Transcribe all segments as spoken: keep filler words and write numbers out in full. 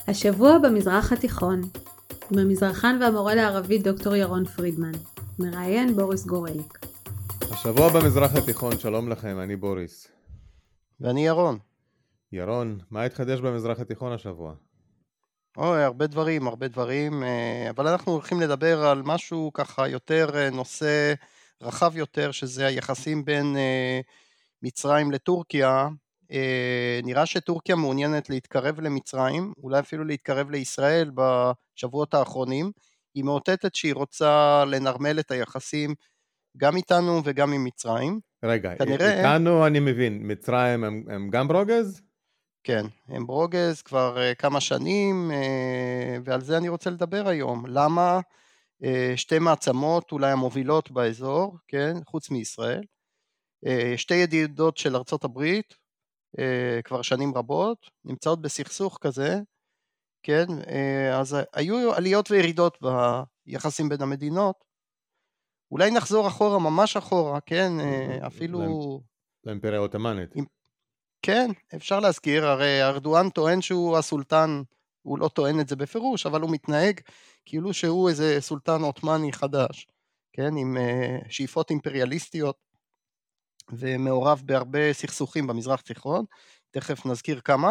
השבוע במזרח התיכון, עם המזרחן והמורה לערבית דוקטור ירון פרידמן, מראיין בוריס גורליק. השבוע במזרח התיכון, שלום לכם, אני בוריס. ואני ירון. ירון, מה התחדש במזרח התיכון השבוע? אוי, הרבה דברים, הרבה דברים, אבל אנחנו הולכים לדבר על משהו ככה יותר נושא רחב יותר, שזה היחסים בין מצרים לטורקיה. נראה שטורקיה מעוניינת להתקרב למצרים, אולי אפילו להתקרב לישראל בשבועות האחרונים. היא מאותתת שהיא רוצה לנרמל את היחסים גם איתנו וגם עם מצרים. רגע, כנראה... איתנו אני מבין, מצרים הם, הם גם ברוגז? כן, הם ברוגז כבר uh, כמה שנים, uh, ועל זה אני רוצה לדבר היום. למה uh, שתי מעצמות אולי המובילות באזור, כן, חוץ מישראל, uh, שתי ידידות של ארצות הברית, uh, כבר שנים רבות, נמצאות בסכסוך כזה, כן, uh, אז היו עליות וירידות ביחסים בין המדינות, אולי נחזור אחורה, ממש אחורה, כן, uh, אפילו... לאימפריה העות'מאנית. כן, אפשר להזכיר, הרי ארדואן טוען שהוא הסולטן, הוא לא טוען את זה בפירוש, אבל הוא מתנהג כאילו שהוא איזה סולטן עות'מאני חדש, כן, עם שאיפות אימפריאליסטיות, ומעורב בהרבה סכסוכים במזרח תיכון, תכף נזכיר כמה,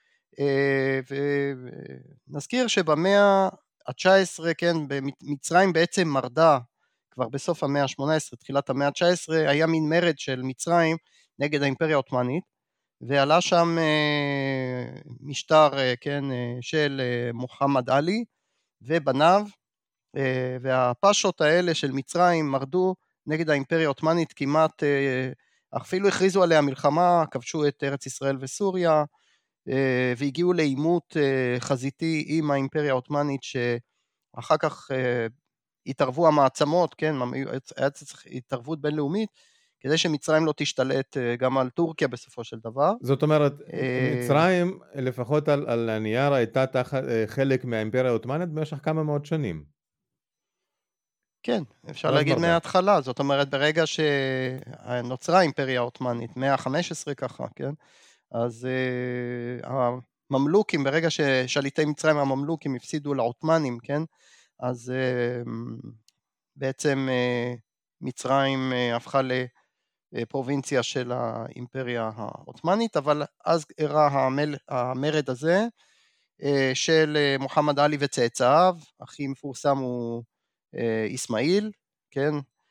ונזכיר שבמאה ה-תשע עשרה, כן, מצרים בעצם מרדה, כבר בסוף המאה ה-שמונה עשרה, תחילת המאה ה-תשע עשרה, היה מין מרד של מצרים נגד האימפריה העות'מאנית, ועלה שם משטר, כן, של מוחמד עלי ובניו, והפשות האלה של מצרים מרדו נגד האימפריה העות'מאנית, כמעט אפילו הכריזו עליה מלחמה, כבשו את ארץ ישראל וסוריה, והגיעו לעימות חזיתי עם האימפריה העות'מאנית, שאחר כך התערבו המעצמות, כן, היה צריך התערבות בינלאומית, כדי שמצרים לא תשתלט גם על טורקיה בסופו של דבר. זאת אומרת, מצרים לפחות על, על הנייר הייתה תחת, חלק מהאימפריה העות'מאנית במשך כמה מאות שנים. כן, אפשר להגיד מההתחלה, זאת אומרת ברגע שנוצרה האימפריה העות'מאנית, מאה ה-חמש עשרה ככה, כן? אז uh, הממלוכים, ברגע ששליטי מצרים הממלוכים הפסידו לעות'מאנים, כן? אז uh, בעצם uh, מצרים uh, הפכה ל... פרובינציה של האימפריה העות'מאנית, אבל אז אירע המל, המרד הזה של מוחמד עלי וצאצאיו, הכי מפורסם הוא איסמעיל, כן,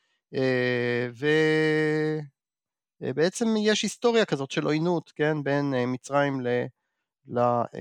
ובעצם יש היסטוריה כזאת של עוינות, כן, בין מצרים ל, ל,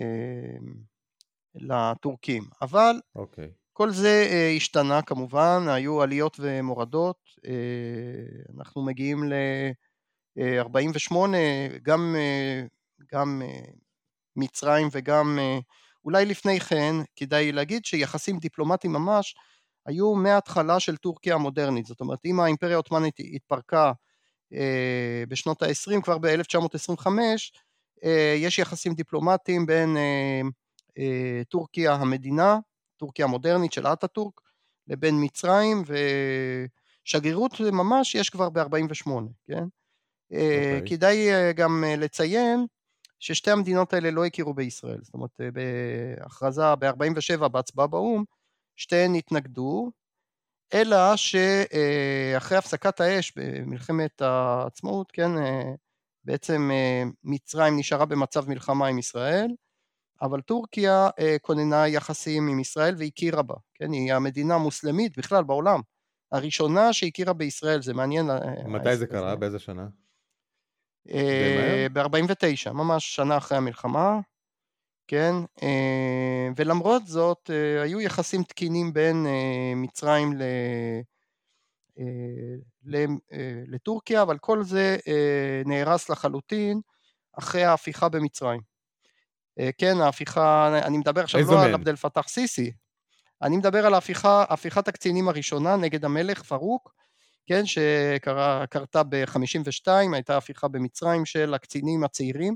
לטורקים, אבל אוקיי. כל זה השתנה כמובן, היו עליות ומורדות, אנחנו מגיעים ל-ארבעים ושמונה, גם, גם מצרים וגם, אולי לפני כן, כדאי להגיד שיחסים דיפלומטיים ממש, היו מההתחלה של טורקיה המודרנית, זאת אומרת, אם האימפריה העות'מאנית התפרקה בשנות ה-עשרים, כבר ב-אלף תשע מאות עשרים ושלוש, יש יחסים דיפלומטיים בין טורקיה המדינה, טורקיה המודרנית של אטאטורק, לבין מצרים, ושגרירות ממש יש כבר ב-ארבעים ושמונה, כן? Okay. כדאי גם לציין ששתי המדינות האלה לא הכירו בישראל, זאת אומרת, בהכרזה ב-ארבעים ושבע בהצבעה באו"ם, שתיהן התנגדו, אלא שאחרי הפסקת האש במלחמת העצמאות, כן, בעצם מצרים נשארה במצב מלחמה עם ישראל, אבל טורקיה אה, כוננה יחסים עם ישראל והכירה בה, כן? היא המדינה המוסלמית בכלל בעולם, הראשונה שהכירה בישראל, זה מעניין. מתי זה קרה? באיזה שנה? אה, ב-ארבעים ותשע, ממש שנה אחרי המלחמה, כן? אה, ולמרות זאת, אה, היו יחסים תקינים בין אה, מצרים ל... אה, ל... אה, לטורקיה, אבל כל זה אה, נהרס לחלוטין אחרי ההפיכה במצרים. כן, ההפיכה, אני מדבר עכשיו לא על עבד אל פתאח סיסי, אני מדבר על ההפיכה, הפיכת הקצינים הראשונה נגד המלך פרוק, כן, שקרתה ב-חמישים ושתיים, הייתה הפיכה במצרים של הקצינים הצעירים,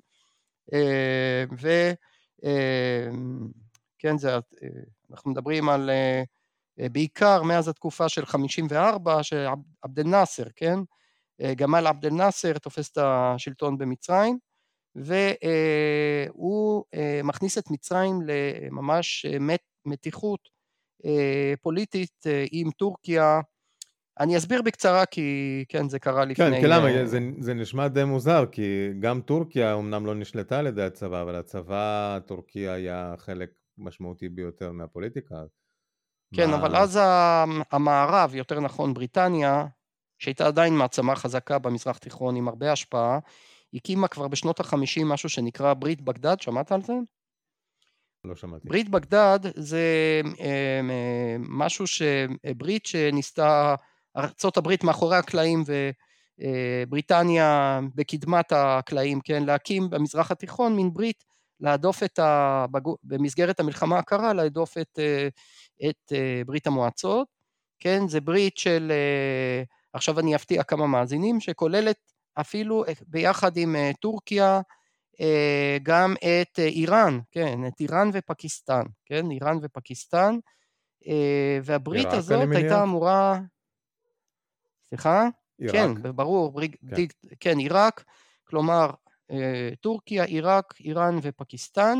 וכן, זה, אנחנו מדברים על, בעיקר מאז התקופה של חמישים וארבע, שעבד אל נאסר, כן, גמל עבד אל נאסר תופס את השלטון במצרים, והוא מכניס את מצרים לממש מתיחות פוליטית עם טורקיה. אני אסביר בקצרה, כי כן, זה קרה לפני... כן, כי למה? זה, זה נשמע די מוזר, כי גם טורקיה אמנם לא נשלטה על ידי הצבא, אבל הצבא הטורקי היה חלק משמעותי ביותר מהפוליטיקה. כן, מה... אבל אז המערב, יותר נכון בריטניה, שהייתה עדיין מעצמה חזקה במזרח תיכון עם הרבה השפעה, הקימה כבר בשנות החמישים משהו שנקרא ברית בגדד, שמעת על זה? לא שמעתי. ברית בגדד זה משהו שברית שניסתה ארצות הברית מאחורי הקלעים ובריטניה בקדמת הקלעים, כן, להקים במזרח התיכון מין ברית, להדוף את ה... במסגרת המלחמה הקרה, להדוף את, את ברית המועצות, כן, זה ברית של, עכשיו אני אפתיע כמה מאזינים, שכוללת אפילו ביחד עם טורקיה, גם את איראן, כן, את איראן ופקיסטן, כן, איראן ופקיסטן, והברית הזאת הייתה אמורה, סליחה? כן, ברור, כן, עיראק, כלומר, טורקיה, עיראק, איראן ופקיסטן,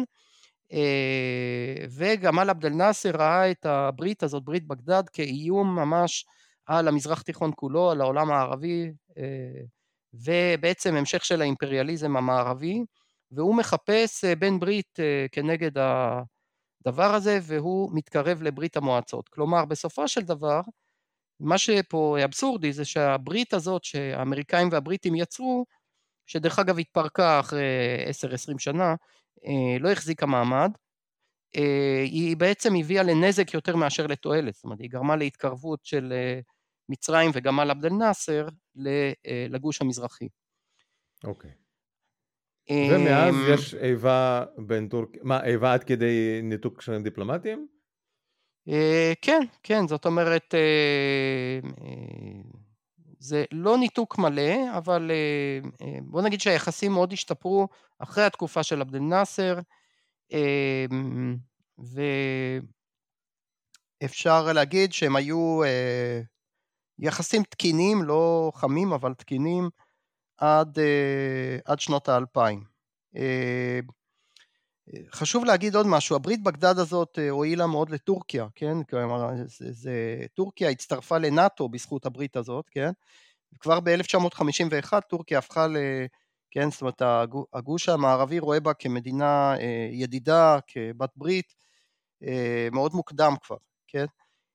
וגמל עבד אל נאצר ראה את הברית הזאת, ברית בגדד, כאיום ממש על המזרח תיכון כולו, על העולם הערבי, ובעצם המשך של האימפריאליזם המערבי, והוא מחפש בן ברית כנגד הדבר הזה, והוא מתקרב לברית המועצות. כלומר, בסופו של דבר, מה שפה אבסורדי זה שהברית הזאת שהאמריקאים והבריטים יצרו, שדרך אגב התפרקה אחרי עשר עשרים שנה, לא החזיקה מעמד, היא בעצם הביאה לנזק יותר מאשר לתועלת, זאת אומרת, היא גרמה להתקרבות של מצרים וגמל עבד אל נאצר לגוש המזרחי. אוקיי. ומאז יש איבה בין טורקיה, מה, איבה עד כדי ניתוק קשרים דיפלומטיים? כן, כן, זאת אומרת, זה לא ניתוק מלא, אבל בוא נגיד שהיחסים מאוד השתפרו אחרי התקופה של עבד אל נאצר, ואפשר להגיד שהם היו יחסים תקינים, לא חמים, אבל תקינים, עד, עד שנות האלפיים. חשוב להגיד עוד משהו, הברית בגדד הזאת הועילה מאוד לטורקיה, כן? כלומר, זה, זה, טורקיה הצטרפה לנאטו בזכות הברית הזאת, כן? כבר ב-אלף תשע מאות חמישים ואחת טורקיה הפכה ל... כן, זאת אומרת, הגוש המערבי רואה בה כמדינה ידידה, כבת ברית, מאוד מוקדם כבר, כן?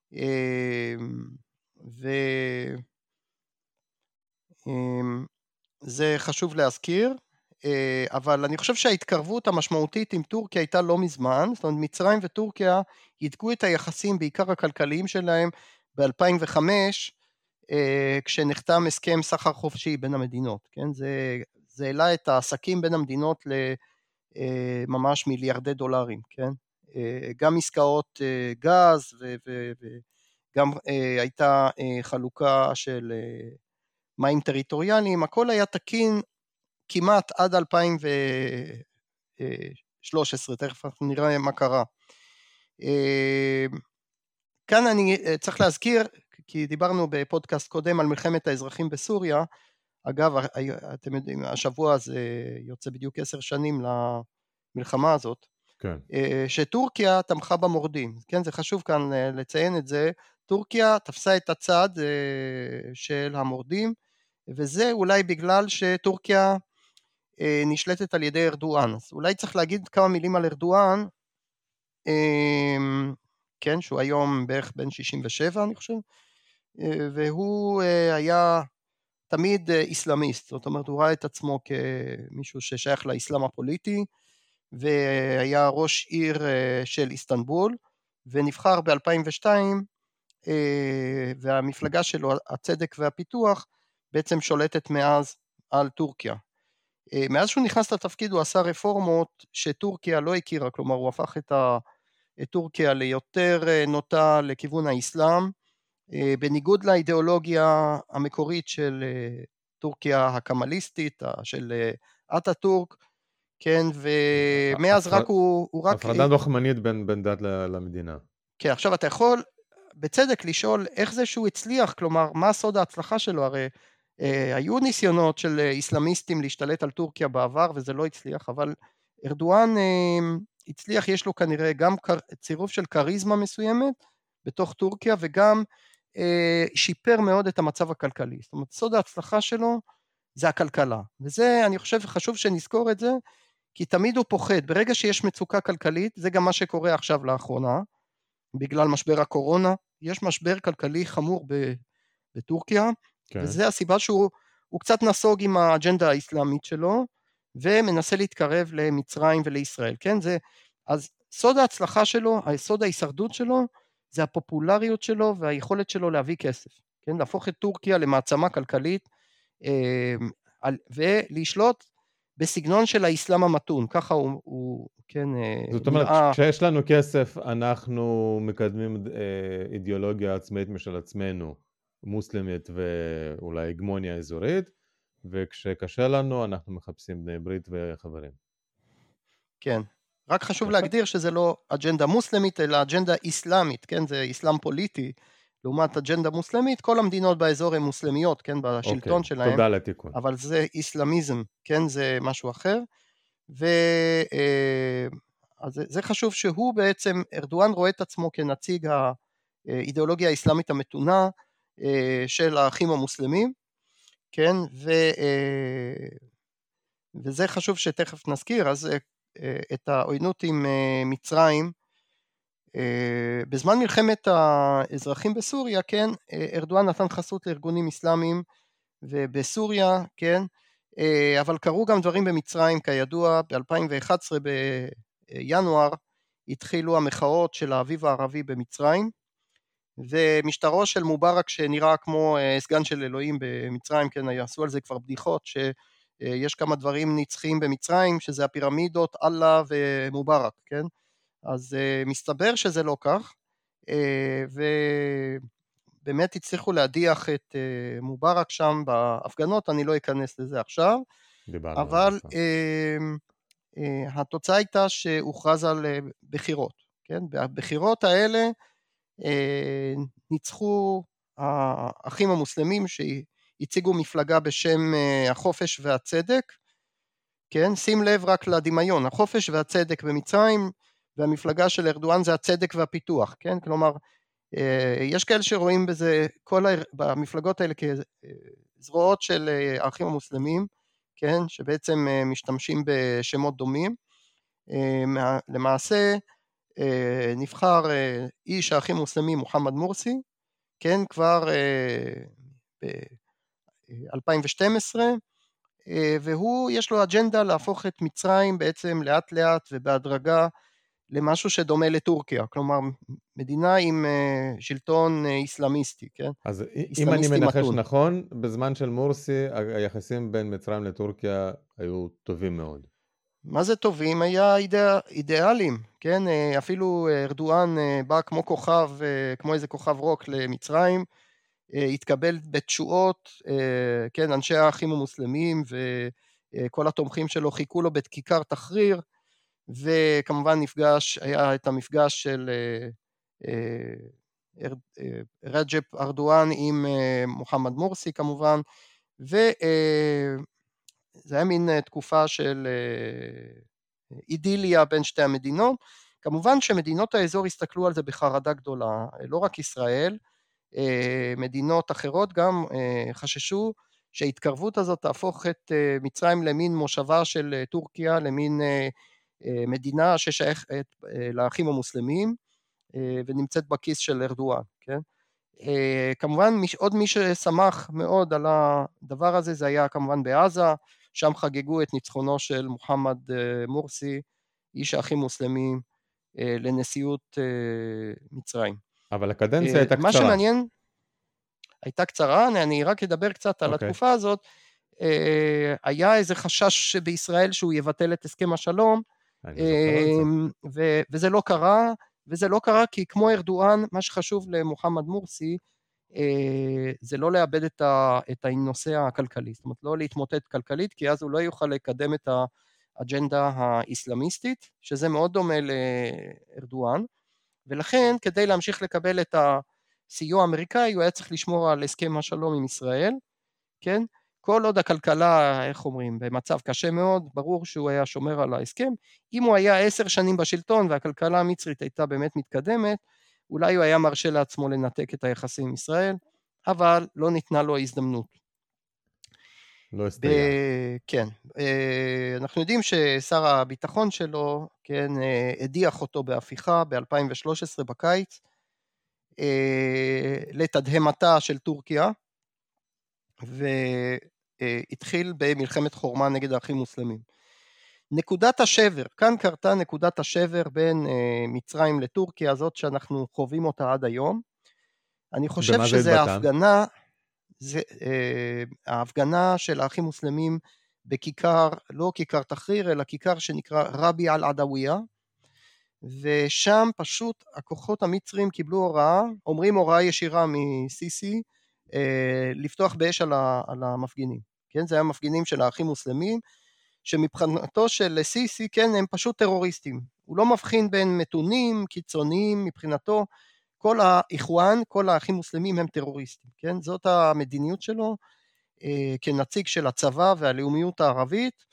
וזה חשוב להזכיר, אבל אני חושב שההתקרבות המשמעותית עם טורקיה הייתה לא מזמן, זאת אומרת, מצרים וטורקיה ידקו את היחסים, בעיקר הכלכליים שלהם, ב-אלפיים וחמש, כשנחתם הסכם סחר חופשי בין המדינות, כן? זה, זה העלה את העסקים בין המדינות לממש מיליארדי דולרים, כן? גם עסקאות גז, וגם הייתה חלוקה של מים טריטוריאליים, הכל היה תקין כמעט עד אלפיים ושלוש עשרה, תכף אנחנו נראה מה קרה. כאן אני צריך להזכיר, כי דיברנו בפודקאסט קודם על מלחמת האזרחים בסוריה, אגב, אתם יודעים, השבוע הזה יוצא בדיוק עשר שנים למלחמה הזאת, כן. שטורקיה תמכה במורדים, כן, זה חשוב כאן לציין את זה, טורקיה תפסה את הצד של המורדים, וזה אולי בגלל שטורקיה נשלטת על ידי ארדואן, אז אולי צריך להגיד כמה מילים על ארדואן, כן, שהוא היום בערך בן שישים ושבע אני חושב, והוא היה תמיד איסלאמיסט, זאת אומרת הוא ראה את עצמו כמישהו ששייך לאסלאם הפוליטי, והיה ראש עיר של איסטנבול, ונבחר ב-אלפיים ושתיים, והמפלגה שלו, הצדק והפיתוח, בעצם שולטת מאז על טורקיה. מאז שהוא נכנס לתפקיד הוא עשה רפורמות שטורקיה לא הכירה, כלומר הוא הפך את, ה, את טורקיה ליותר נוטה לכיוון האסלאם, בניגוד לאידיאולוגיה המקורית של טורקיה הקמליסטית, של אטאטורק, כן, ומאז רק הוא, הוא רק... הפרדה לוחמנית בין, בין דת למדינה. כן, עכשיו אתה יכול בצדק לשאול איך זה שהוא הצליח, כלומר מה סוד ההצלחה שלו, הרי היו ניסיונות של איסלאמיסטים להשתלט על טורקיה בעבר וזה לא הצליח, אבל ארדואן הצליח, יש לו כנראה גם צירוף של קריזמה מסוימת בתוך טורקיה וגם שיפר מאוד את המצב הכלכלי. זאת אומרת, סוד ההצלחה שלו זה הכלכלה, וזה אני חושב חשוב שנזכור את זה, כי תמיד הוא פוחד, ברגע שיש מצוקה כלכלית, זה גם מה שקורה עכשיו לאחרונה, בגלל משבר הקורונה, יש משבר כלכלי חמור בטורקיה, כן. וזה הסיבה שהוא קצת נסוג עם האג'נדה האסלאמית שלו, ומנסה להתקרב למצרים ולישראל, כן? זה, אז סוד ההצלחה שלו, סוד ההישרדות שלו, זה הפופולריות שלו והיכולת שלו להביא כסף, כן? להפוך את טורקיה למעצמה כלכלית, ולשלוט בסגנון של האסלאם המתון, ככה הוא, הוא כן, זאת אומרת, נראה... כשיש לנו כסף, אנחנו מקדמים אידיאולוגיה עצמאית משל עצמנו, מוסלמית ואולי הגמוניה אזורית, וכשקשה לנו, אנחנו מחפשים בני ברית וחברים. כן, רק חשוב להגדיר שזה לא אג'נדה מוסלמית, אלא אג'נדה אסלאמית, כן, זה אסלאם פוליטי, לעומת אג'נדה מוסלמית, כל המדינות באזור הן מוסלמיות, כן, בשלטון okay, שלהם, תודה לתיקון. אבל זה אסלאמיזם, כן, זה משהו אחר, ו... אז זה חשוב שהוא בעצם, ארדואן רואה את עצמו כנציג האידיאולוגיה האסלאמית המתונה של האחים המוסלמים, כן, ו... וזה חשוב שתכף נזכיר, אז את העוינות עם מצרים, בזמן מלחמת האזרחים בסוריה, כן, ארדואן נתן חסות לארגונים אסלאמיים ובסוריה, כן, אבל קרו גם דברים במצרים, כידוע, ב-אלפיים ואחת עשרה בינואר התחילו המחאות של האביב הערבי במצרים, ומשטרו של מובארק שנראה כמו סגן של אלוהים במצרים, כן, עשו על זה כבר בדיחות, שיש כמה דברים נצחיים במצרים, שזה הפירמידות, אללה ומובארק, כן, אז uh, מסתבר שזה לא כך, uh, ובאמת הצליחו להדיח את uh, מובארק שם בהפגנות, אני לא אכנס לזה עכשיו, אבל uh, uh, התוצאה הייתה שהוכרז על uh, בחירות, כן? בבחירות האלה uh, ניצחו האחים המוסלמים שהציגו מפלגה בשם uh, החופש והצדק, כן? שים לב רק לדמיון, החופש והצדק במצרים, והמפלגה של ארדואן זה הצדק והפיתוח, כן? כלומר, יש כאלה שרואים בזה, כל המפלגות האלה כזרועות של האחים המוסלמים, כן? שבעצם משתמשים בשמות דומים. למעשה, נבחר איש האחים המוסלמים מוחמד מורסי, כן? כבר ב-אלפיים ושתים עשרה, והוא, יש לו אג'נדה להפוך את מצרים בעצם לאט לאט ובהדרגה, למשהו שדומה לטורקיה, כלומר מדינה עם שלטון איסלאמיסטי, כן? אז אם אני מנחש נכון, בזמן של מורסי היחסים בין מצרים לטורקיה היו טובים מאוד. מה זה טובים? היה אידא, אידיאלים, כן? אפילו ארדואן בא כמו כוכב, כמו איזה כוכב רוק למצרים, התקבל בתשואות, כן? אנשי האחים המוסלמים וכל התומכים שלו חיכו לו בכיכר תחריר, וכמובן נפגש, היה את המפגש של רג'פ ארדואן עם מוחמד מורסי כמובן, וזה היה מין תקופה של אידיליה בין שתי המדינות. כמובן שמדינות האזור הסתכלו על זה בחרדה גדולה, לא רק ישראל, מדינות אחרות גם חששו שההתקרבות הזאת תהפוך את מצרים למין מושבה של טורקיה, למין מדינה ששייכת לאחים המוסלמים ונמצאת בכיס של ארדואן, כן? כמובן עוד מי ששמח מאוד על הדבר הזה זה היה כמובן בעזה, שם חגגו את ניצחונו של מוחמד מורסי, איש האחים המוסלמים, לנשיאות מצרים. אבל הקדנציה הייתה קצרה. מה שמעניין, הייתה קצרה, אני רק אדבר קצת על התקופה הזאת, היה איזה חשש בישראל שהוא יבטל את הסכם השלום, וזה לא קרה, וזה לא קרה כי כמו ארדואן, מה שחשוב למוחמד מורסי, זה לא לאבד את הנושא הכלכלי, זאת אומרת לא להתמוטט כלכלית, כי אז הוא לא יוכל לקדם את האג'נדה האסלאמיסטית, שזה מאוד דומה לארדואן, ולכן כדי להמשיך לקבל את הסיוע האמריקאי, הוא היה צריך לשמור על הסכם השלום עם ישראל, כן? כל עוד הכלכלה, איך אומרים, במצב קשה מאוד, ברור שהוא היה שומר על ההסכם. אם הוא היה עשר שנים בשלטון והכלכלה המצרית הייתה באמת מתקדמת, אולי הוא היה מרשה לעצמו לנתק את היחסים עם ישראל, אבל לא ניתנה לו הזדמנות. לא הסתייע. כן, אנחנו יודעים ששר הביטחון שלו, כן, הדיח אותו בהפיכה ב-אלפיים ושלוש עשרה בקיץ, לתדהמתה של טורקיה, והתחיל במלחמת חורמה נגד האחים מוסלמים. נקודת השבר, כאן קרתה נקודת השבר בין מצרים לטורקיה, זאת שאנחנו חווים אותה עד היום. אני חושב שזה ההפגנה, זה, ההפגנה של האחים מוסלמים בכיכר, לא כיכר תחריר, אלא כיכר שנקרא רבי אל עדוויה, ושם פשוט הכוחות המצרים קיבלו הוראה, אומרים הוראה ישירה מסיסי, לפתוח באש על המפגינים, כן? זה היה מפגינים של האחים מוסלמים, שמבחינתו של סיסי, כן, הם פשוט טרוריסטים, הוא לא מבחין בין מתונים, קיצוניים, מבחינתו, כל האיחואן, כל האחים מוסלמים הם טרוריסטים, כן? זאת המדיניות שלו, כנציג של הצבא והלאומיות הערבית,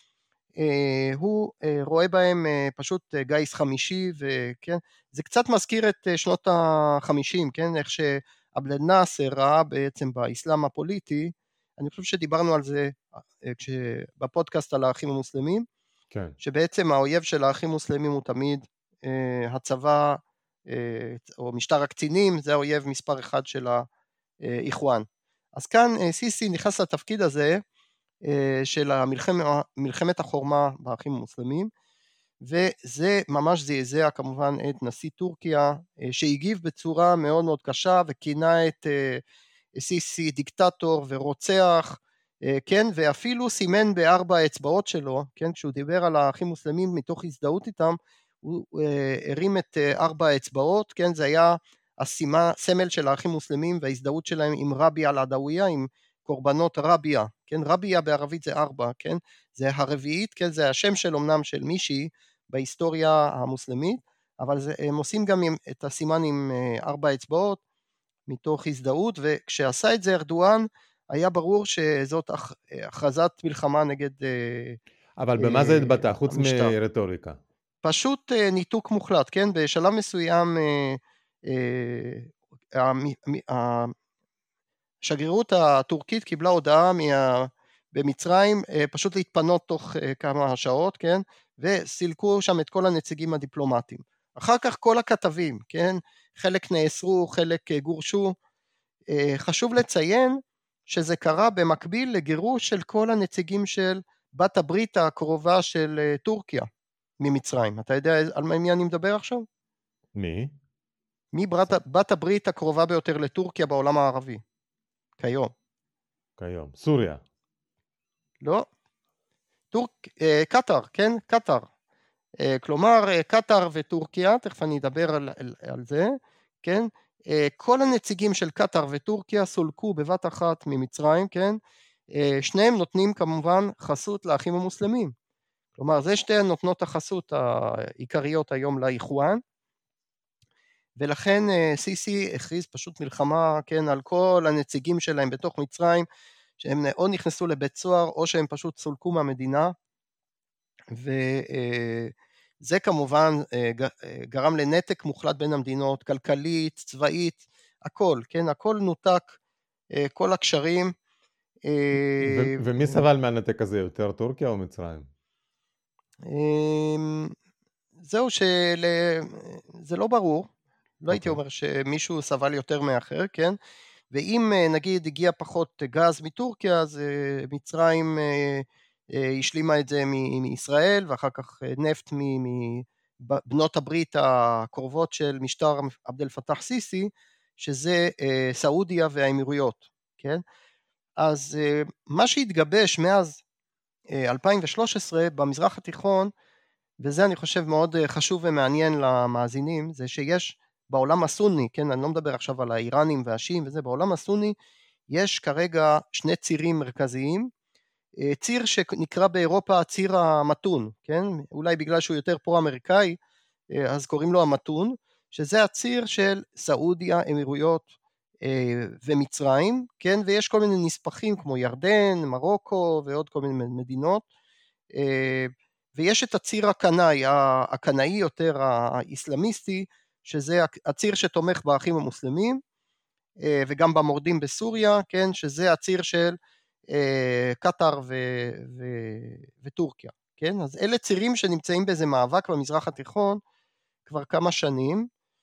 הוא רואה בהם פשוט גיס חמישי, וכן, זה קצת מזכיר את שנות החמישים, כן, איך שעבד אל-נאצר ראה בעצם באסלאם הפוליטי, אני חושב שדיברנו על זה בפודקאסט על האחים המוסלמים, כן. שבעצם האויב של האחים המוסלמים הוא תמיד הצבא, או משטר הקצינים, זה האויב מספר אחד של האיחואן. אז כאן סיסי נכנס לתפקיד הזה, של המלחמת, מלחמת החורמה באחים המוסלמים, וזה ממש זעזע כמובן את נשיא טורקיה, שהגיב בצורה מאוד מאוד קשה, וכינה את סיסי דיקטטור ורוצח, כן, ואפילו סימן בארבע האצבעות שלו, כן, כשהוא דיבר על האחים המוסלמים מתוך הזדהות איתם, הוא הרים את ארבע האצבעות, כן, זה היה הסימה, סמל של האחים המוסלמים, וההזדהות שלהם עם רבי אל עדוויה, עם קורבנות רביה, כן, רביה בערבית זה ארבע, כן, זה הרביעית, כן, זה השם של אומנם של מישהי בהיסטוריה המוסלמית, אבל זה, הם עושים גם את הסימן עם ארבע אצבעות, מתוך הזדהות, וכשעשה את זה ארדואן, היה ברור שזאת הכרזת מלחמה נגד אבל במה זה התבטא, חוץ מרטוריקה? פשוט ניתוק מוחלט, כן, בשלב מסוים, השגרירות הטורקית קיבלה הודעה מה, במצרים, פשוט להתפנות תוך כמה שעות, כן, וסילקו שם את כל הנציגים הדיפלומטיים. אחר כך כל הכתבים, כן, חלק נאסרו, חלק גורשו. חשוב לציין שזה קרה במקביל לגירוש של כל הנציגים של בת הברית הקרובה של טורקיה ממצרים. אתה יודע על מי אני מדבר עכשיו? מי? מי בת, בת הברית הקרובה ביותר לטורקיה בעולם הערבי? כיום. כיום. סוריה. לא. טורק, אה, קטר, כן? קטר. אה, כלומר, אה, קטר וטורקיה, תכף אני אדבר על, על, על זה, כן? אה, כל הנציגים של קטר וטורקיה סולקו בבת אחת ממצרים, כן? אה, שניהם נותנים כמובן חסות לאחים המוסלמים. כלומר, זה שתי נותנות החסות העיקריות היום לאיחואן, ולכן סיסי הכריז פשוט מלחמה, כן, על כל הנציגים שלהם בתוך מצרים, שהם או נכנסו לבית סוהר, או שהם פשוט סולקו מהמדינה, וזה כמובן גרם לנתק מוחלט בין המדינות, כלכלית, צבאית, הכל, כן, הכל נותק, כל הקשרים. ו- ומי סבל מהנתק הזה, יותר טורקיה או מצרים? זהו, של... זה לא ברור, לא הייתי Okay. אומר שמישהו סבל יותר מאחר, כן? ואם נגיד הגיע פחות גז מטורקיה, אז מצרים השלימה את זה מישראל, ואחר כך נפט מבנות הברית הקרובות של משטר עבד אל פתח סיסי, שזה סעודיה והאמירויות, כן? אז מה שהתגבש מאז אלפיים ושלוש עשרה במזרח התיכון, וזה אני חושב מאוד חשוב ומעניין למאזינים, זה שיש בעולם הסוני, כן, אני לא מדבר עכשיו על האיראנים והשיעים וזה, בעולם הסוני יש כרגע שני צירים מרכזיים, ציר שנקרא באירופה הציר המתון, כן, אולי בגלל שהוא יותר פרו-אמריקאי, אז קוראים לו המתון, שזה הציר של סעודיה, אמירויות ומצרים, כן, ויש כל מיני נספחים כמו ירדן, מרוקו ועוד כל מיני מדינות, ויש את הציר הקנאי, הקנאי יותר האסלאמיסטי, שזה הציר שתומך באחים המוסלמים, וגם במורדים בסוריה, כן, שזה הציר של קטר ו, ו, וטורקיה, כן, אז אלה צירים שנמצאים באיזה מאבק במזרח התיכון כבר כמה שנים,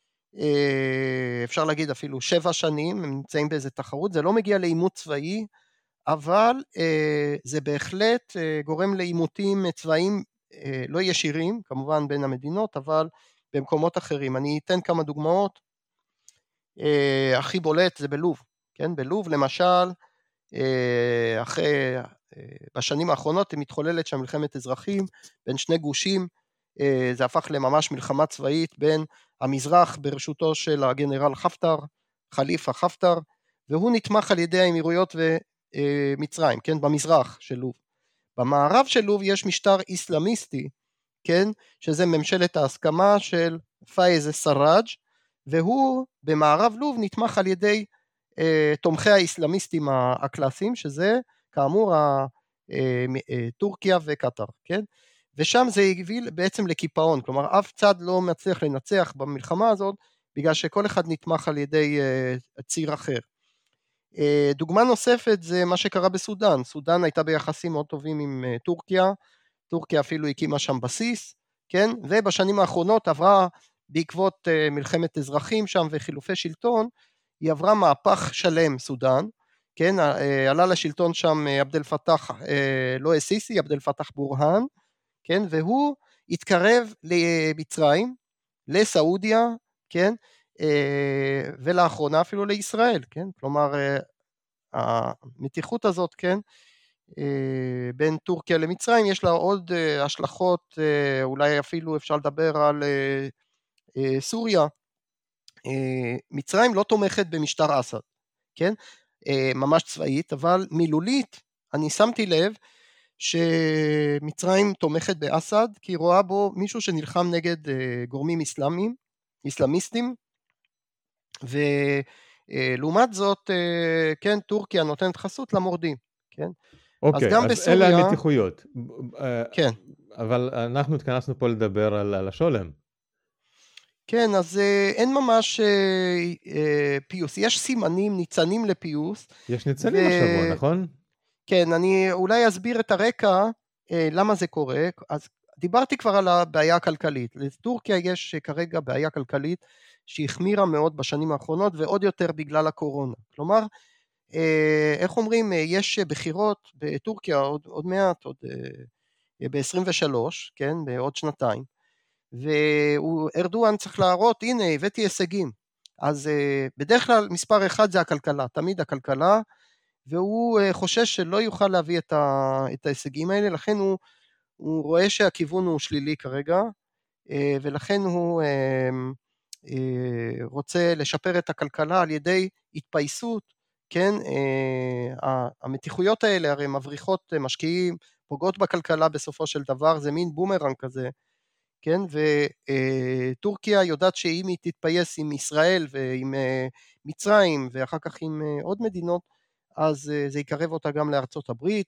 אפשר להגיד אפילו שבע שנים, הם נמצאים באיזה תחרות, זה לא מגיע לעימות צבאי, אבל זה בהחלט גורם לעימותים צבאיים לא ישירים, כמובן בין המדינות, אבל במקומות אחרים. אני אתן כמה דוגמאות, הכי בולט זה בלוב, כן, בלוב למשל, אחרי, בשנים האחרונות מתחוללת שם מלחמת אזרחים, בין שני גושים, זה הפך לממש מלחמה צבאית בין המזרח בראשותו של הגנרל חפטר, חליפה חפטר, והוא נתמך על ידי האמירויות ומצרים, כן, במזרח של לוב. במערב של לוב יש משטר איסלאמיסטי, כן, שזה ממשלת ההסכמה של פאיז סראג', והוא במערב לוב נתמך על ידי אה, תומכי האסלאמיסטים הקלאסיים, שזה כאמור ה, אה, אה, טורקיה וקטר, כן? ושם זה הוביל בעצם לקיפאון, כלומר אף צד לא מצליח לנצח במלחמה הזאת, בגלל שכל אחד נתמך על ידי אה, ציר אחר. אה, דוגמה נוספת זה מה שקרה בסודן, סודן הייתה ביחסים מאוד טובים עם אה, טורקיה, טורקיה אפילו הקימה שם בסיס, כן? ובשנים האחרונות עברה בעקבות uh, מלחמת אזרחים שם וחילופי שלטון, היא עברה מהפך שלם סודן, כן, uh, עלה לשלטון שם uh, עבד אל פתח, uh, לא א-סיסי, עבד אל פתח בורהאן, כן, והוא התקרב למצרים, לסעודיה, כן, uh, ולאחרונה אפילו לישראל, כן, כלומר uh, המתיחות הזאת, כן, uh, בין טורקיה למצרים, יש לה עוד uh, השלכות, uh, אולי אפילו אפשר לדבר על uh, סוריה, מצרים לא תומכת במשטר אסד, כן? ממש צבאית, אבל מילולית אני שמתי לב שמצרים תומכת באסד, כי היא רואה בו מישהו שנלחם נגד גורמים אסלאמיים, אסלאמיסטים, ולעומת זאת, כן, טורקיה נותנת חסות למורדים, כן? אוקיי, אז גם אז בסוריה, אלה המתיחויות. כן. אבל אנחנו התכנסנו פה לדבר על, על השולם. כן, אז אה, אין ממש אה, אה, פיוס, יש סימנים, ניצנים לפיוס. יש ניצנים ו... השבוע, נכון? כן, אני אולי אסביר את הרקע, אה, למה זה קורה. אז דיברתי כבר על הבעיה הכלכלית. לטורקיה יש כרגע בעיה כלכלית שהחמירה מאוד בשנים האחרונות, ועוד יותר בגלל הקורונה. כלומר, אה, איך אומרים, יש בחירות בטורקיה עוד, עוד מעט, עוד אה, ב-עשרים ושלוש, כן, בעוד שנתיים. וארדואן צריך להראות, הנה הבאתי הישגים, אז uh, בדרך כלל מספר אחד זה הכלכלה, תמיד הכלכלה, והוא uh, חושש שלא יוכל להביא את, ה, את ההישגים האלה, לכן הוא, הוא רואה שהכיוון הוא שלילי כרגע, uh, ולכן הוא uh, uh, רוצה לשפר את הכלכלה על ידי התפייסות, כן, uh, המתיחויות האלה הרי מבריחות משקיעים, פוגעות בכלכלה בסופו של דבר, זה מין בומרנג כזה, כן, וטורקיה יודעת שאם היא תתפייס עם ישראל ועם מצרים ואחר כך עם עוד מדינות, אז זה יקרב אותה גם לארצות הברית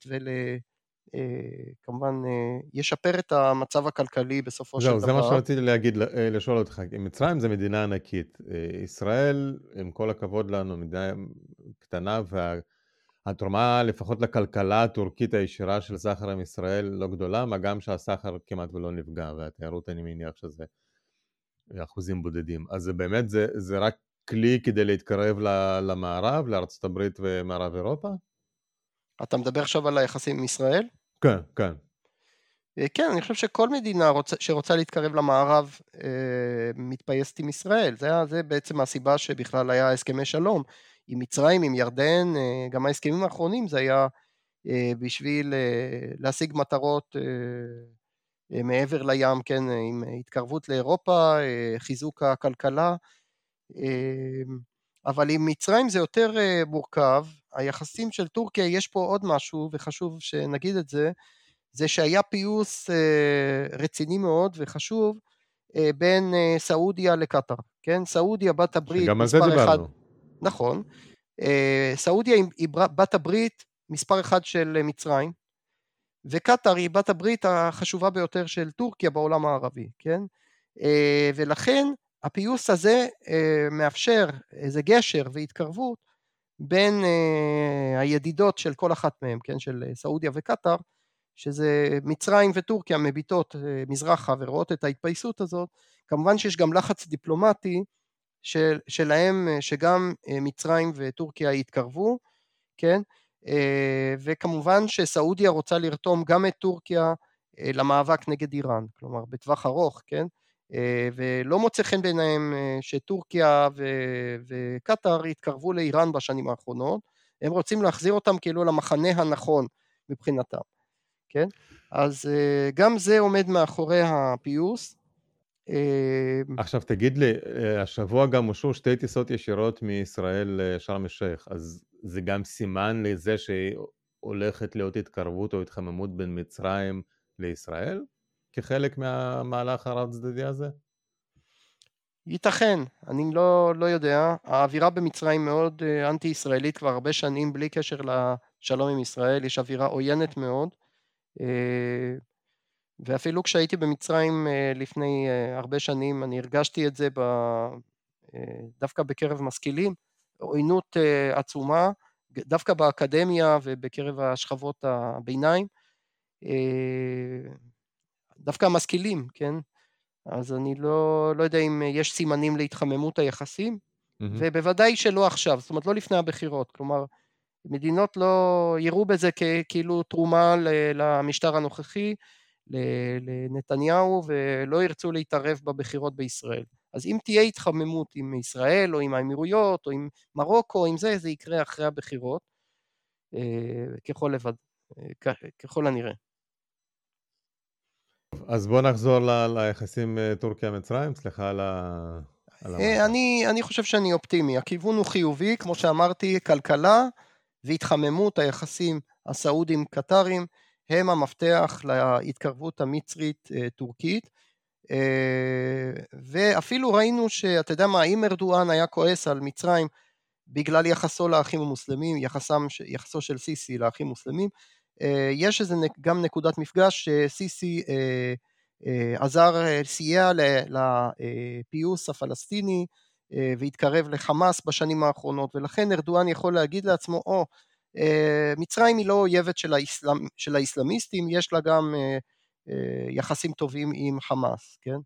וכמובן ישפר את המצב הכלכלי בסופו של דבר. זהו, זה מה שרציתי להגיד, לשאול אותך, מצרים זה מדינה ענקית, ישראל עם כל הכבוד לנו מדינה קטנה, והתרומה לפחות לכלכלה הטורקית הישירה של סחר עם ישראל לא גדולה, מה גם שהסחר כמעט ולא נפגע, והתיירות אני מניח שזה אחוזים בודדים. אז זה באמת, זה, זה רק כלי כדי להתקרב למערב, לארצות הברית ומערב אירופה? אתה מדבר עכשיו על היחסים עם ישראל? כן, כן. כן, אני חושב שכל מדינה רוצה, שרוצה להתקרב למערב אה, מתפייסת עם ישראל, זה, זה בעצם הסיבה שבכלל היה הסכמי שלום, עם מצרים, עם ירדן, אה, גם ההסכמים האחרונים זה היה אה, בשביל אה, להשיג מטרות אה, אה, מעבר לים, כן, עם התקרבות לאירופה, אה, חיזוק הכלכלה, אה, אבל עם מצרים זה יותר אה, מורכב, היחסים של טורקיה, יש פה עוד משהו וחשוב שנגיד את זה, זה שהיה פיוס אה, רציני מאוד וחשוב אה, בין אה, סעודיה לקטר, כן? סעודיה בת הברית מספר אחד, נכון. סעודיה היא בת הברית מספר אחד של מצרים, וקטר היא בת הברית החשובה ביותר של טורקיה בעולם הערבי, כן? ולכן הפיוס הזה מאפשר איזה גשר והתקרבות בין הידידות של כל אחת מהם, כן? של סעודיה וקטר, שזה מצרים וטורקיה מביטות מזרחה ורואות את ההתפייסות הזאת. כמובן שיש גם לחץ דיפלומטי של, שלהם, שגם מצרים וטורקיה יתקרבו, כן? וכמובן שסעודיה רוצה לרתום גם את טורקיה למאבק נגד איראן, כלומר בטווח ארוך, כן? ולא מוצא חן ביניהם שטורקיה וקטר התקרבו לאיראן בשנים האחרונות, הם רוצים להחזיר אותם כאילו למחנה הנכון מבחינתם, כן? אז גם זה עומד מאחורי הפיוס. עכשיו תגיד לי, השבוע גם אושרו שתי טיסות ישירות מישראל לשארם א-שייח, אז זה גם סימן לזה שהולכת להיות התקרבות או התחממות בין מצרים לישראל, כחלק מהמהלך הרב צדדי הזה? ייתכן, אני לא, לא יודע. האווירה במצרים מאוד אנטי ישראלית כבר הרבה שנים, בלי קשר לשלום עם ישראל, יש אווירה עוינת מאוד, ואפילו כשהייתי במצרים לפני הרבה שנים, אני הרגשתי את זה דווקא בקרב משכילים, עוינות עצומה, דווקא באקדמיה ובקרב השכבות הביניים, דווקא המשכילים, כן? אז אני לא, לא יודע אם יש סימנים להתחממות היחסים, mm-hmm. ובוודאי שלא עכשיו, זאת אומרת לא לפני הבחירות, כלומר מדינות לא יראו בזה כאילו תרומה למשטר הנוכחי, לנתניהו, ולא ירצו להתערב בבחירות בישראל. אז אם תהיה התחממות עם ישראל, או עם האמירויות, או עם מרוקו, או עם זה, זה יקרה אחרי הבחירות, ככל לבד, ככל הנראה. אז בוא נחזור ל- ליחסים טורקיה-מצרים, סליחה על ה... אני, אני חושב שאני אופטימי, הכיוון הוא חיובי, כמו שאמרתי, כלכלה והתחממות היחסים הסעודים-קטרים, הם המפתח להתקרבות המצרית-טורקית, ואפילו ראינו שאתה יודע מה, אם ארדואן היה כועס על מצרים בגלל יחסו לאחים המוסלמים, יחסם, יחסו של סיסי לאחים מוסלמים, יש איזה גם נקודת מפגש שסיסי עזר, סייע לפיוס הפלסטיני והתקרב לחמאס בשנים האחרונות, ולכן ארדואן יכול להגיד לעצמו, או, מצרים היא לא אויבת של, האסלאם, של האסלאמיסטים, יש לה גם יחסים טובים עם חמאס, כן?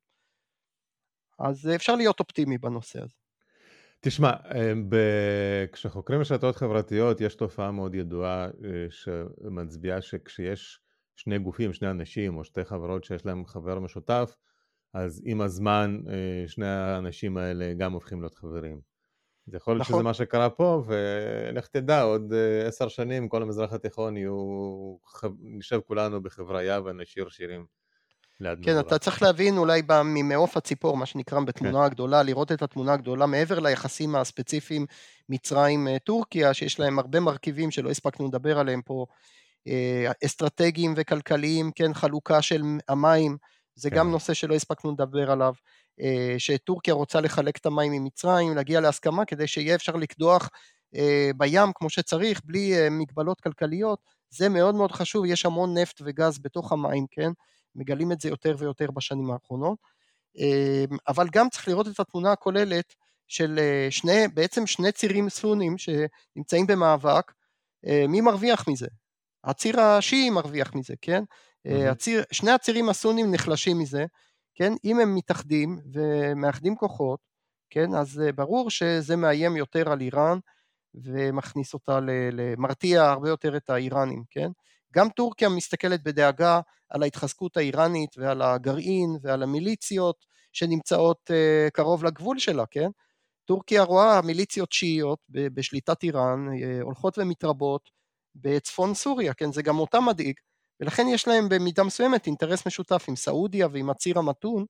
אז אפשר להיות אופטימי בנושא הזה. תשמע, כשחוקרים רשתות חברתיות יש תופעה מאוד ידועה שמצביעה שכשיש שני גופים, שני אנשים או שתי חברות שיש להם חבר משותף, אז עם הזמן שני האנשים האלה גם הופכים להיות חברים. זה יכול להיות שזה מה שקרה פה, ולך תדע, עוד עשר שנים כל המזרח התיכון יהיו, נשב כולנו בחבריה ונשיר שירים ליד כן, מזרח. אתה צריך להבין אולי ממעוף הציפור, מה שנקרא בתמונה הגדולה, לראות את התמונה הגדולה, מעבר ליחסים הספציפיים מצרים-טורקיה, שיש להם הרבה מרכיבים שלא הספקנו לדבר עליהם פה, אסטרטגיים וכלכליים, כן, חלוקה של המים, זה כן. גם נושא שלא הספקנו לדבר עליו, שטורקיה רוצה לחלק את המים עם מצרים, להגיע להסכמה כדי שיהיה אפשר לקדוח בים כמו שצריך, בלי מגבלות כלכליות, זה מאוד מאוד חשוב, יש המון נפט וגז בתוך המים, כן, מגלים את זה יותר ויותר בשנים האחרונות, אבל גם צריך לראות את התמונה הכוללת של שני, בעצם שני צירים סונים שנמצאים במאבק, מי מרוויח מזה? הציר השיעי מרוויח מזה, כן? Mm-hmm. הציר, שני הצירים הסונים נחלשים מזה, כן? אם הם מתאחדים ומאחדים כוחות, כן? אז ברור שזה מאיים יותר על איראן, ומכניס אותה, למרתיע הרבה יותר את האיראנים, כן? גם טורקיה מסתכלת בדאגה על ההתחזקות האיראנית ועל הגרעין ועל המיליציות שנמצאות קרוב לגבול שלה, כן? טורקיה רואה מיליציות שיעיות בשליטת איראן, הולכות ומתרבות בצפון סוריה, כן? זה גם אותה מדאיג, ולכן יש להם במידה מסוימת אינטרס משותף עם סעודיה ועם הציר המתון,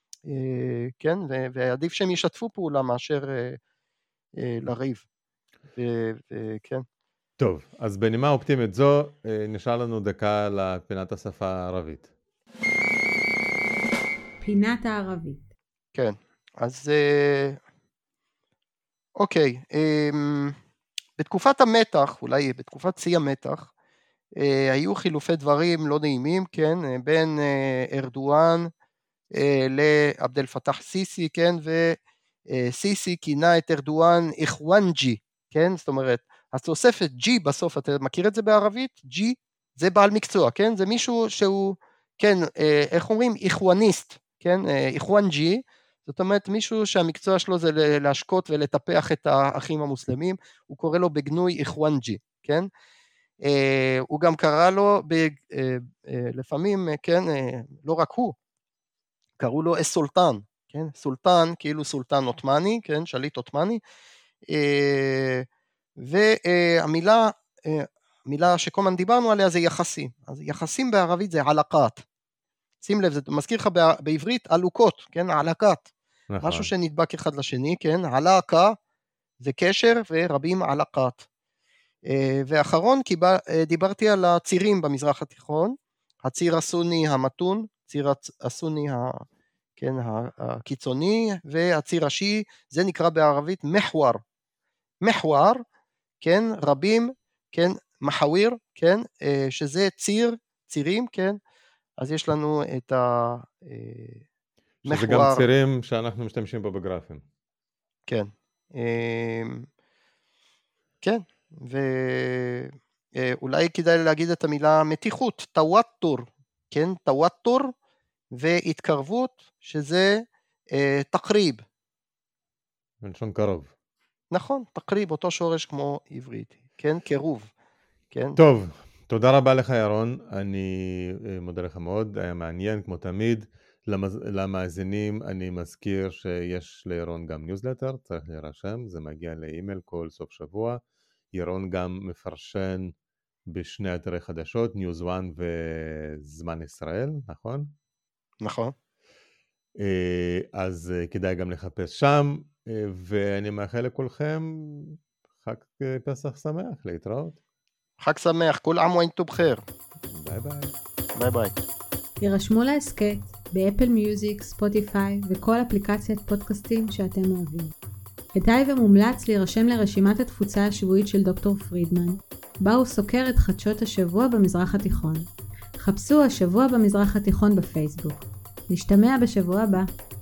כן? ועדיף שהם ישתפו פעולה מאשר לריב, וכן. טוב, אז בנימה אופטימית זו, נשאר לנו דקה לפינת השפה הערבית. פינת הערבית. כן, אז אוקיי, בתקופת המתח, אולי בתקופת שיא המתח, היו חילופי דברים לא נעימים, כן, בין ארדואן לעבד אל פתח סיסי, כן, וסיסי כינה את ארדואן איחואנג'י, כן, זאת אומרת, התוספת ג'י בסוף, אתה מכיר את זה בערבית? ג'י, זה בעל מקצוע, כן, זה מישהו שהוא, כן, איך אומרים? איחואניסט, כן, איחואנג'י, זאת אומרת, מישהו שהמקצוע שלו זה להשקות ולטפח את האחים המוסלמים, הוא קורא לו בגנוי איחואנג'י, כן, הוא גם קרא לו לפעמים, כן, לא רק הוא, קראו לו הסולטן, כן, סולטן, כאילו סולטן עות'מאני, כן, שליט עות'מאני, והמילה, המילה שכל הזמן דיברנו עליה זה יחסים, אז יחסים בערבית זה עלקת, שים לב, זה מזכיר לך בעברית עלוקות, כן, עלקת, נכון. משהו שנדבק אחד לשני, כן, עלקה זה קשר ורבים עלקת, ואחרון, כי דיברתי על הצירים במזרח התיכון, הציר הסוני המתון, ציר הסוני ה... כן, הקיצוני, והציר השיעי, זה נקרא בערבית מחוור, מחוור, כן, רבים, כן, מחוויר, כן, שזה ציר, צירים, כן, אז יש לנו את המחוור. שזה גם צירים שאנחנו משתמשים בו בגרפים. כן, כן, ואולי כדאי להגיד את המילה מתיחות, תוואטור, כן, תוואטור, והתקרבות, שזה אה, תקריב. מלשון קרוב. נכון, תקריב, אותו שורש כמו עברית, כן, קירוב. כן. טוב, תודה רבה לך ירון, אני מודה לך מאוד, היה מעניין כמו תמיד. למז... למאזינים אני מזכיר שיש לירון גם ניוזלטר, צריך להירשם, זה מגיע לאימייל כל סוף שבוע. ירון גם מפרשן בשני אתרי חדשות, ניוז וואן וזמן ישראל, נכון? נכון. אז כדאי גם לחפש שם, ואני מאחל לכולכם חג פסח שמח, להתראות. חג שמח, כל עם ואנתום בחיר. ביי ביי. ביי ביי. תירשמו להסכת באפל מיוזיק, ספוטיפיי וכל אפליקציית פודקאסטים שאתם אוהבים. כדאי ומומלץ להירשם לרשימת התפוצה השבועית של דוקטור פרידמן, בה הוא סוקר את חדשות השבוע במזרח התיכון. חפשו השבוע במזרח התיכון בפייסבוק. נשתמע בשבוע הבא.